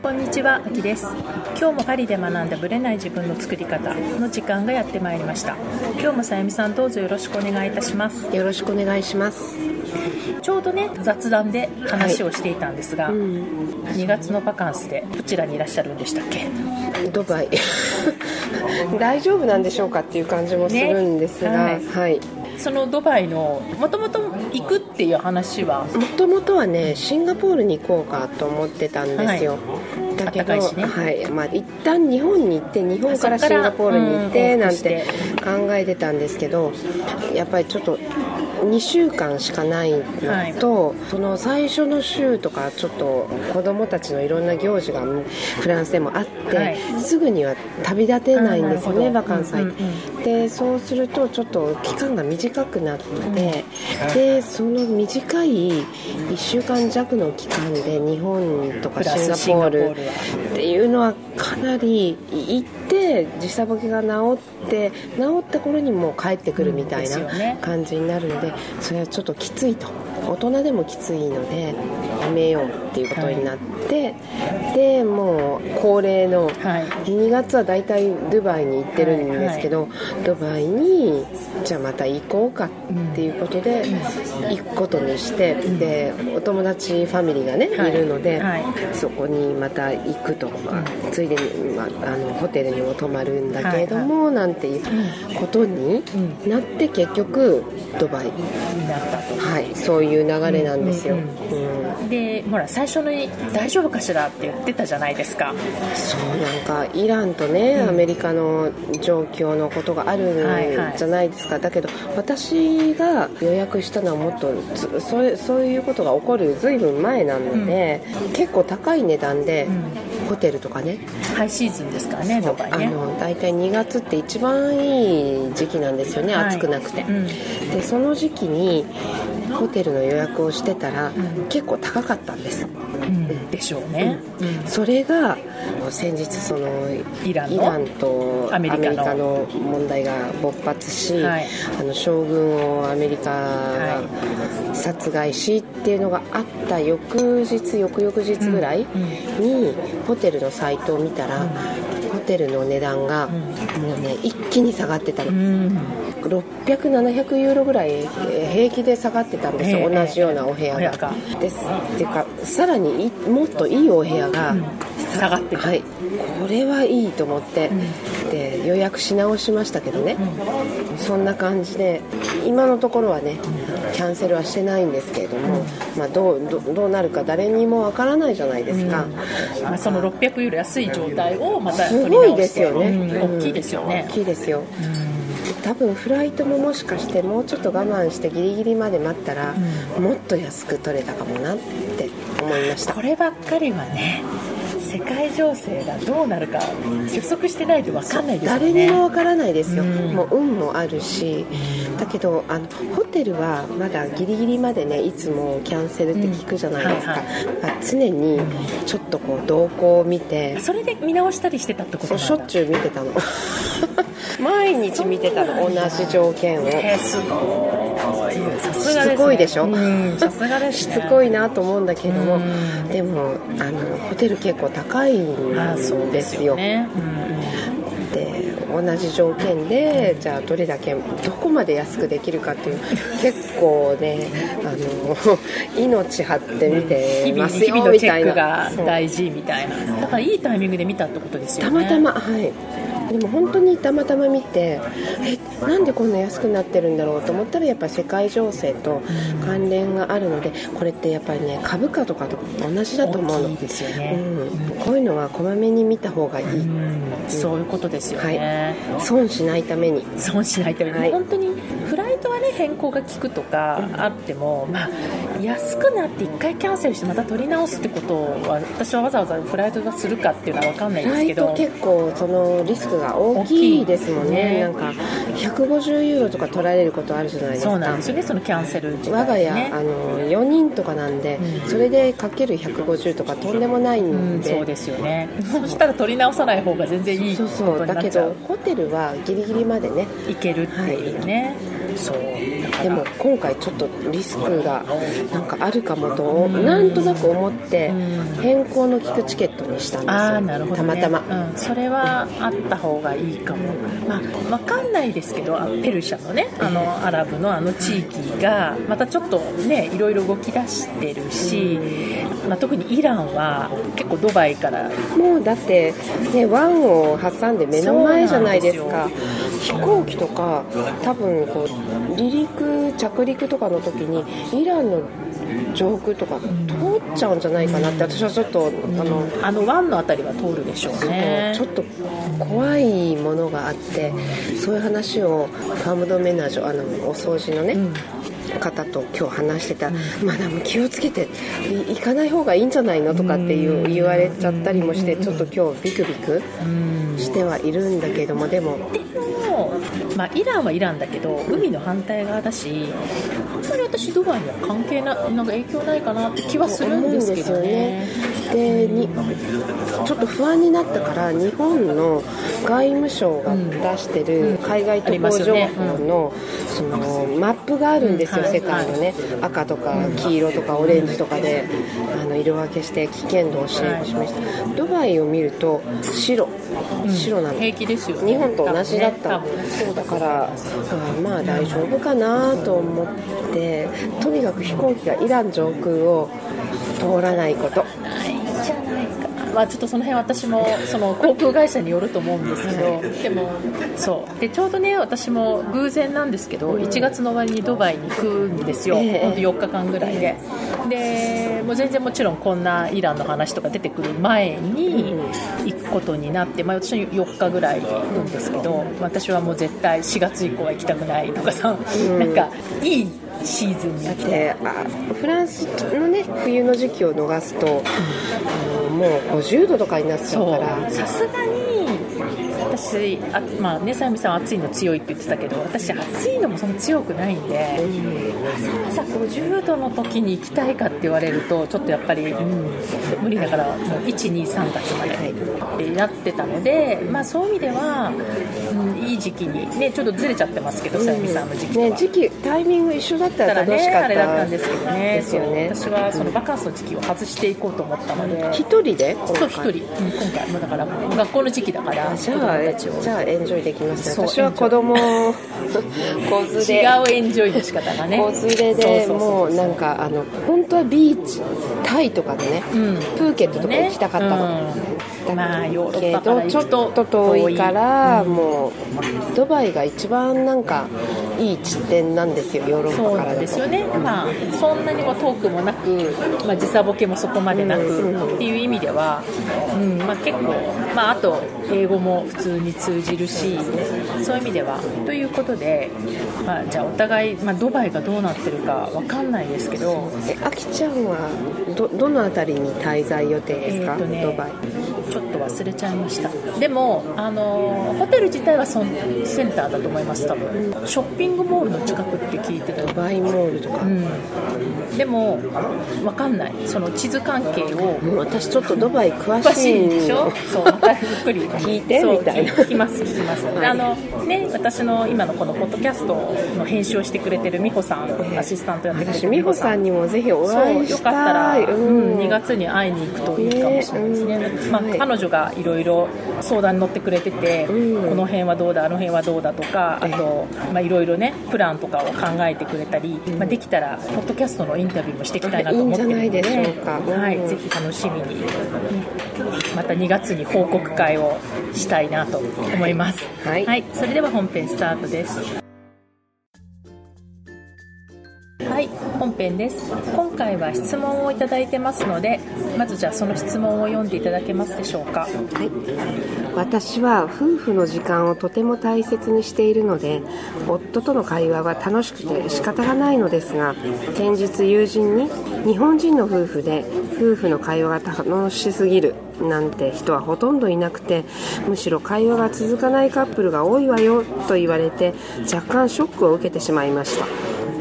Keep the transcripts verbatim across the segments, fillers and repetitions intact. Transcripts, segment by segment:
こんにちは、あきです。今日もパリで学んだブレない自分の作り方の時間がやってまいりました。今日もさゆみさん、どうぞよろしくお願いいたします。 よろしくお願いします。 ちょうどね、雑談で話をしていたんですが、はい、うん、にがつのバカンスでどちらにいらっしゃるんでしたっけ？ ドバイ大丈夫なんでしょうかっていう感じもするんですが、ね、はい、はい、 そのドバイのもともと行くっていう話はもともとはね、シンガポールに行こうかと思ってたんですよ、はい、だけど、ね、はい、まあ、一旦日本に行って日本からシンガポールに行ってなんて考えてたんですけど、やっぱりちょっとにしゅうかんしかないのと、はい、その最初の週とかちょっと子どもたちのいろんな行事がフランスでもあって、はい、すぐには旅立てないんですよね、バカンス入って、うんうんうん、でそうするとちょっと期間が短くなって、うん、でその短いいっしゅうかん弱の期間で日本とかシンガポールっていうのはかなり行って時差ボケが治って治った頃にもう帰ってくるみたいな感じになるので、それはちょっときついと、大人でもきついのでやめようっていうことになって、はい、でもう恒例のにがつはだいたいドバイに行ってるんですけど、はいはい、ドバイにじゃあまた行こうかっていうことで行くことにして、うん、でお友達ファミリーがね、はい、いるので、はい、そこにまた行くとか、うん、ついでに、まあ、あのホテルにも泊まるんだけれども、はいはい、なんていうことになって結局ドバイになったと、はい、そういう流れなんですよ、うんうんうん、 でほら最初に大丈夫かしらって言ってたじゃないですか。 そうなんかイランとね、うん、アメリカの状況のことがあるんじゃないですか、はいはい、だけど私が予約したのはもっとそ そういうことが起こるずいぶん前なので、うん、結構高い値段で、うん、ホテルとかね、 ハイシーズンですからね、ドバイね、 あのだいたいにがつって一番いい時期なんですよね、はい、暑くなくて、うん、でその時期にホテルの予約をしてたら、うん、結構高かったんです、 うん、でしょうね、 うんうん、それが先日そのイランのイランとアメリカ の, アメリカの問題が勃発し、はい、あの将軍をアメリカが殺害しっていうのがあった翌日翌々日ぐらいにホテルのサイトを見たら、うん、ホテルの値段がもうね一気に下がってたの、うん、ろっぴゃく、ななひゃくユーロぐらい平気で下がってたんですよ、えー、同じようなお部屋が、えー、ですっていうかさらにもっといいお部屋が、うん、 下がってる、 はい、これはいいと思って、うん、で予約し直しましたけどね、うん、そんな感じで今のところはね、うん、キャンセルはしてないんですけれども、うん、まあ、どう、ど, どうなるか誰にもわからないじゃないですか、 うん、まあ、そのろっぴゃくユーロ安い状態をまた取り直して、すごいですよね、うん、大きいですよね、 大きいですよ、うん、多分フライトももしかしてもうちょっと我慢してギリギリまで待ったら、うん、もっと安く取れたかもなって思いました。 こればっかりはね、世界情勢がどうなるか予測してないと分かんないですよね。 誰にも分からないですよ、うん、もう運もあるし、だけどあのホテルはまだギリギリまでねいつもキャンセルって聞くじゃないですか、うん、はいはい、常にちょっとこう動向を見て、 それで見直したりしてたってことなんだ。 そう、しょっちゅう見てたの毎日見てたの、同じ条件を、 えー、すごい、さすがですね、 しつこいでしょ、うん、 さすがですね、 しつこいなと思うんだけども、でもあのホテル結構高いんですよ、で同じ条件でじゃあどれだけどこまで安くできるかっていう結構ね、あの命張って見てますよみたいな、日々のチェックが大事みたいな、だからいいタイミングで見たってことですよね。 たまたま、はい、でも本当にたまたま見て、えなんでこんな安くなってるんだろうと思ったら、やっぱり世界情勢と関連があるので、これってやっぱりね株価とかと同じだと思うの。 大きいですよね、 うん、こういうのはこまめに見た方がいい、うん、 そういうことですよね、 はい、損しないために損しないために、はい、本当にフライトはね変更が効くとかあっても、うん、まあ、安くなっていっかいキャンセルしてまた取り直すってことは私はわざわざフライトがするかっていうのは分かんないんですけど、 フライト結構そのリスクが大きいですもん ね, ねなんかひゃくごじゅうユーロとか取られることあるじゃないですか。 そうなんですよね、そのキャンセル自体、ね、 我が家あのよにんとかなんで、うん、それでかけるひゃくごじゅうとかとんでもないんで、 うん、そうですよね。そしたら取り直さない方が全然いいことになっちゃう。 そうそうそう、だけどホテルはギリギリまでね行けるっていうね、 はい、 そうでも今回ちょっとリスクがなんかあるかもとなんとなく思って変更の利くチケットにしたんですよ。 あなるほど、ね、 たまたま、 うん、それはあった方がいいかも。まあ、分かんないですけどペルシャのねあのアラブのあの地域がまたちょっとねいろいろ動き出してるし、まあ、特にイランは結構ドバイからもうだって、ね、湾を挟んで目の前じゃないですか。飛行機とか多分こう離陸着陸とかの時にイランの上空とか通っちゃうんじゃないかなって私はちょっと、うん、あのあの湾のあたりは通るでしょうね。 ちょっと怖いものがあってそういう話をファームドメナージュあのお掃除のね、うん方と今日話してた、うん、まあでも気をつけて行かない方がいいんじゃないのとかっていう言われちゃったりもしてちょっと今日ビクビクしてはいるんだけどもでもでも、まあ、イランはイランだけど海の反対側だしあんまり私ドバイには関係ななんか影響ないかなって気はするんですけどね。 でにちょっと不安になったから日本の外務省が出してる海外渡航情報のそのマップがあるんですよ、世界のね赤とか黄色とかオレンジとかであの色分けして危険度を示したドバイを見ると白白なの、 平気ですよ、 日本と同じだったの、そうだからまあ大丈夫かなと思ってとにかく飛行機がイラン上空を通らないことじゃないか、まあ、ちょっとその辺私もその航空会社によると思うんですけどでもそうでちょうどね私も偶然なんですけどいちがつの終わりにドバイに行くんですよ、えー、ほんとよっかかんぐらいででもう全然もちろんこんなイランの話とか出てくる前に行くことになって、まあ、私はよっかぐらい行くんですけど私はもう絶対しがつ以降は行きたくないとかさ、うん、なんかいいシーズンに来てあフランスのね冬の時期を逃すと、うん、あのもうごじゅうどとかになっちゃうからさすがに私あ、まあね、さゆみさんは暑いの強いって言ってたけど私暑いのもそんな強くないんで、うん、わざわざごじゅうどの時に行きたいかって言われるとちょっとやっぱり、うん、無理だからもういち、に、さんがつまでってなってたので、まあ、そういう意味では、うん、いい時期に、ね、ちょっとずれちゃってますけど、さゆみさんの時期とは、ね、 時期タイミング一緒だったら楽しかった、 ね、あれだったんですけどね、 ですよね。 私はそのバカンスの時期を外していこうと思ったので一人で今回そう一人、うん、今回もだから学校の時期だからじゃあじゃあエンジョイできました。私は子供子連れ違うエンジョイの仕方がね子連れでもうなんかあの本当はビーチタイとかでね、うん、プーケットとか行きたかったの、ねうん、 まあヨーロッけパからどちょっと遠いから、うん、もうドバイが一番なんかいい地点なんですよヨーロッパからだと。そうですよね、まあ、そんなにも遠くもなく、まあ、時差ボケもそこまでなく、うん、っていう意味では、うんまあ、結構、まあ、あと英語も普通に通じるしそういう意味ではということで、まあ、じゃあお互い、まあ、ドバイがどうなってるか分かんないですけどえあきちゃんは ど, どのあたりに滞在予定ですか、えーとね、ドバイちょっと忘れちゃいました。でもあのホテル自体はそセンターだと思います多分、うん、ショッピングモールの近くって聞いてたドバイモールとか、うん、 でも分かんないその地図関係を、 うん、私ちょっとドバイ詳しいんでしょそうまたゆっくり聞いてみたいな聞きます聞きます、はい、あのね私の今のこのポッドキャストの編集をしてくれてる美穂さん、えー、アシスタントやってくれてる美穂さんにもぜひお会いしたい。 よかったら、うん、にがつに会いに行くといいかもしれないですね、ねうんまあはい、彼女がいろいろ相談に乗ってくれてて、うん、この辺はどうだあの辺はどうだとかあといろいろねプランとかを考えてくれたり、うんまあ、できたらポッドキャストのインタビューもしていきたいなと思ってるので、いいんじゃないでしょうか、うんはい、ぜひ楽しみに、ね、またにがつに報告会をしたいなと思います、はいはい、それでは本編スタートです。はい、本編です。今回は質問をいただいてますのでまずじゃあその質問を読んでいただけますでしょうか。はい、 私は夫婦の時間をとても大切にしているので夫との会話は楽しくて仕方がないのですが先日友人に日本人の夫婦で夫婦の会話が楽しすぎるなんて人はほとんどいなくてむしろ会話が続かないカップルが多いわよと言われて若干ショックを受けてしまいました。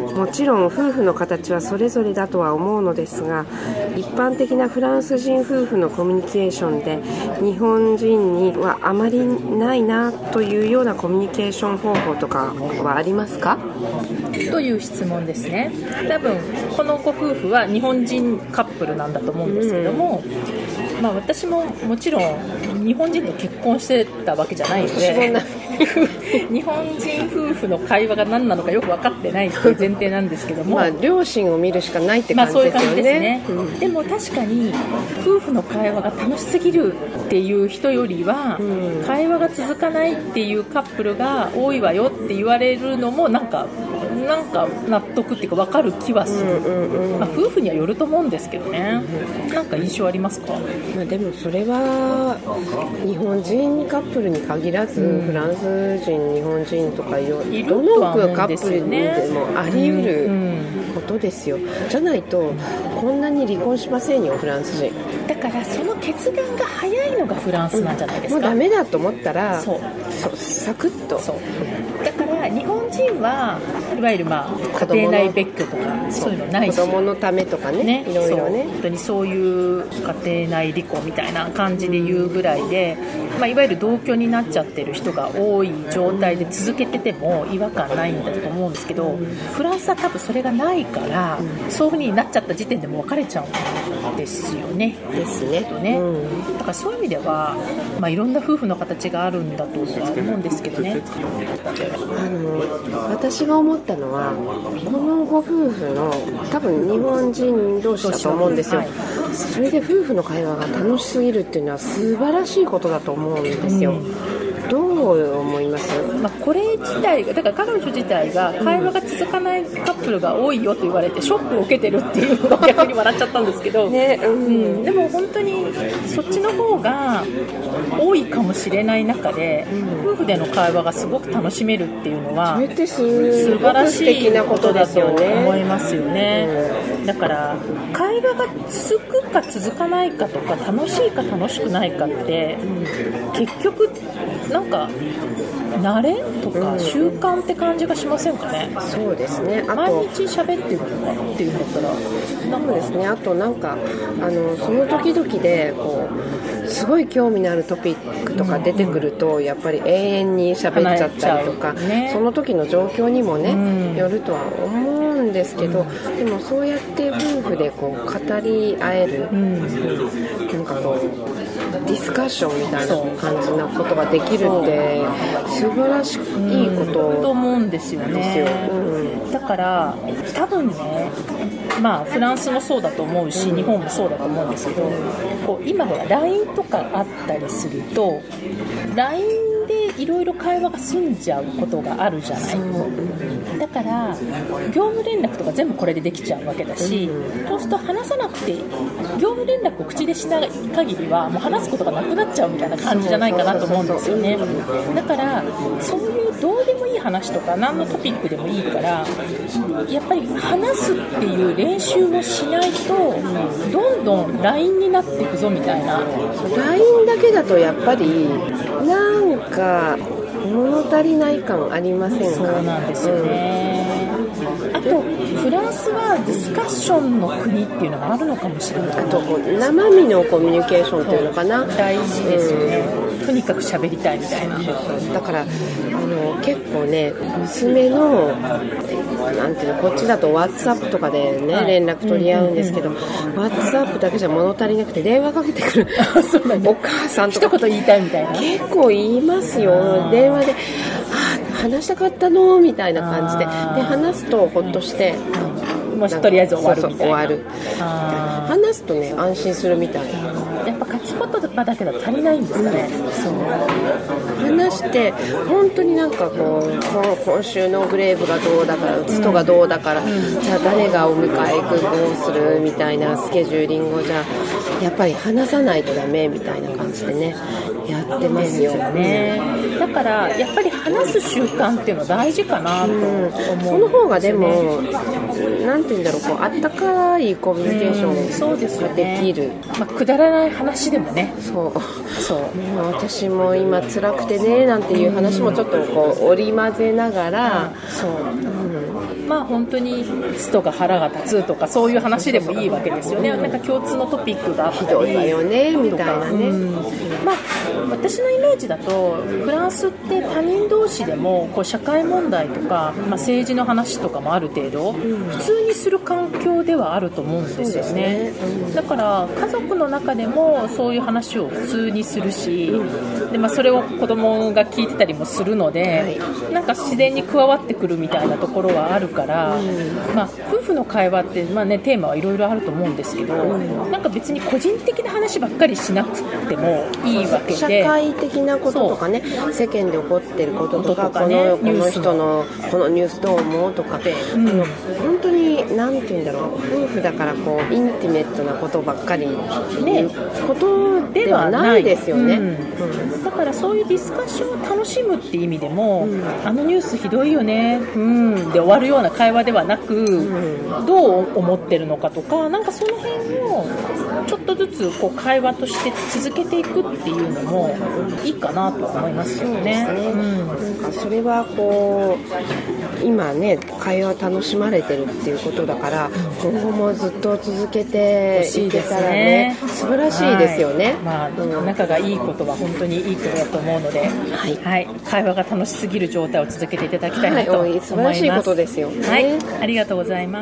もちろん夫婦の形はそれぞれだとは思うのですが、一般的なフランス人夫婦のコミュニケーションで日本人にはあまりないなというようなコミュニケーション方法とかはありますか？ という質問ですね。多分このご夫婦は日本人カップルなんだと思うんですけども、うん、まあ、私ももちろん日本人と結婚してたわけじゃないので日本人夫婦の会話が何なのかよく分かってないっていう前提なんですけどもまあ両親を見るしかないって感じですよね。 まあ、そういう感じですね、うん、でも確かに夫婦の会話が楽しすぎるっていう人よりは、うん、会話が続かないっていうカップルが多いわよって言われるのもなんかなんか納得っていうか分かる気はする、うんうんうん、まあ、夫婦にはよると思うんですけどね、うん、なんか印象ありますか？ まあ、でもそれは日本人カップルに限らず、うん、フランス人日本人とかいろどのカップルにでもあり得ることですよ。じゃないとこんなに離婚しませんよフランス人。 だからその決断が早いのがフランスなんじゃないですか、 うん、もうダメだと思ったらそうそうサクッと。 そうだから日本人はいわゆるまあ家庭内別居とかそういうのないし、 子供のためとか ね, ねいろいろね、 本当にそういう家庭内離婚みたいな感じで言うぐらいで、まあ、いわゆる同居になっちゃってる人が多い状態で続けてても違和感ないんだと思うんですけど、フランスは多分それがないから、そういう風になっちゃった時点でもう別れちゃうんですよね。 ですね。 ね、うん、だからそういう意味では、まあ、いろんな夫婦の形があるんだとは思うんですけどね。 あの私が思ったのはこのご夫婦の多分日本人同士だと思うんですよ、はい、それで夫婦の会話が楽しすぎるっていうのは素晴らしいことだと思うんですよ、うん、どう思います？ まあ、これ自体がだから彼女自体が会話が続かないカップルが多いよと言われてショックを受けてるっていうのが逆に笑っちゃったんですけど、ね、うんうん、でも本当にそっちの方が多いかもしれない中で、うん、夫婦での会話がすごく楽しめるっていうのはそれって素晴らしいことだと思いますよね、うん、だから会話が続くか続かないかとか楽しいか楽しくないかって、うん、結局なんか慣れとか習慣って感じがしませんかね、 うん、そうですね。あと毎日喋ってるとかっていうんだったらなんかですね。あとなんかあのその時々でこうすごい興味のあるトピックとか出てくると、うん、やっぱり永遠に喋っちゃったりとか、ね、その時の状況にもね、うん、よるとは思うんですけど、うん、でもそうやって夫婦でこう語り合える、うん、なんかこうディスカッションみたいな感じなことができるって素晴らしいこと、 うん、と思うんですよね、うん、だから多分ね、まあフランスもそうだと思うし、うん、日本もそうだと思うんですけど、こう今は ライン とかあったりすると ライン でいろいろ会話が済んじゃうことがあるじゃない。だから業務連絡とか全部これでできちゃうわけだし、うん、そうすると話さなくて業務連絡を口でしない限りはもう話すことがなくなっちゃうみたいな感じじゃないかなと思うんですよね。だからそういうどうでもいい話とか何のトピックでもいいからやっぱり話すっていう練習をしないとどんどん ライン になっていくぞみたいな。 ライン だけだとやっぱりなんか物足りない感ありませんか？ そうなんですよね、うん、あとフランスはディスカッションの国っていうのがあるのかもしれない。 あとこう生身のコミュニケーションっていうのかな、 大事ですよね、うん、とにかく喋りたいみたいな。 だからあの結構ね娘のなんていうのこっちだと WhatsApp とかでね、はい、連絡取り合うんですけど、うんうんうん、WhatsApp だけじゃ物足りなくて電話かけてくるそうなんお母さんとか一言言いたいみたいな結構言いますよ。電話であ話したかったのみたいな感じでで話すとほっとして、 うん、もしとりあえず終わるみたいな。そうそう終わる。 話すとね安心するみたいな。 やっぱ書き言葉だけだと足りないんですかね、 うん、そう話して本当になんかこう今週のグレーブがどうだからストがどうだから、うん、じゃあ誰がお迎え行くどうするみたいなスケジューリングをじゃあやっぱり話さないとダメみたいな感じでねやってますよね。だからやっぱり話す習慣っていうのは大事かなと思うんですよね。 その方がでもなんていうんだろう、こうあったかいコミュニケーションができる、うんまあ、くだらない話でもね、 そうそう私も今辛くてねなんていう話もちょっとこう織り交ぜながら、 うん、そう、うん、まあ本当にストが腹が立つとかそういう話でもいいわけですよね。なんか共通のトピックがあったりひどいわよねみたいなね、うんまあ、私のイメージだとフランスって他人同士でもこう社会問題とか、まあ、政治の話とかもある程度、うん、普通にする環境ではあると思うんですよね、うん、だから家族の中でもそういう話を普通にするし、で、まあ、それを子供が聞いてたりもするので、はい、なんか自然に加わってくるみたいなところはあるから、うんまあ、夫婦の会話って、まあね、テーマはいろいろあると思うんですけど、うん、なんか別に個人的な話ばっかりしなくてもいいわけで、 社会的なこととかね、世間で起こってることとか、とかね、この、この人のこのニュースどう思うとかって、うん、本当になんていうんだろう、夫婦だからこうインティメットなことばっかり言うことではないですよね、うんうん、だからそういうディスカッションを楽しむっていう意味でも、うん、あのニュースひどいよね、うん、で終わるような会話ではなく、うん、どう思ってるのかとか、なんかその辺をちょっとずつこう会話として続けていくっていうのもいいかなとは思いますよね。 そうですね、うん、なんかそれはこう今ね会話楽しまれてるっていうことだから、今後もずっと続けていけたらね、素晴らしいですよね、 はいまあうん、仲がいいことは本当にいいことだと思うので、はいはい、会話が楽しすぎる状態を続けていただきたいなと思います、はい、 素晴らしいことですよね、 はい、ありがとうございます。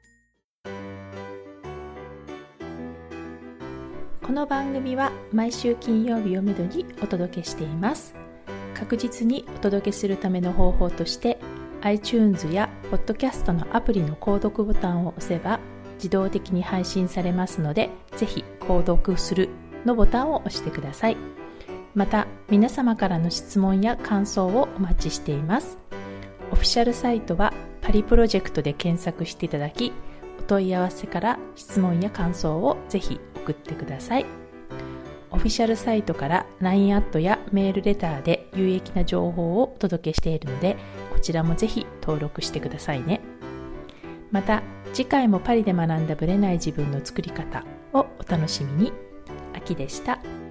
この番組は毎週金曜日をめどにお届けしています。確実にお届けするための方法として iTunes や Podcast のアプリの購読ボタンを押せば自動的に配信されますので、ぜひ購読するのボタンを押してください。また皆様からの質問や感想をお待ちしています。オフィシャルサイトはパリプロジェクトで検索していただき、お問い合わせから質問や感想をぜひ送ってください。オフィシャルサイトから ライン アットやメールレターで有益な情報をお届けしているので、こちらもぜひ登録してくださいね。また次回もパリで学んだブレない自分の作り方をお楽しみに。あきでした。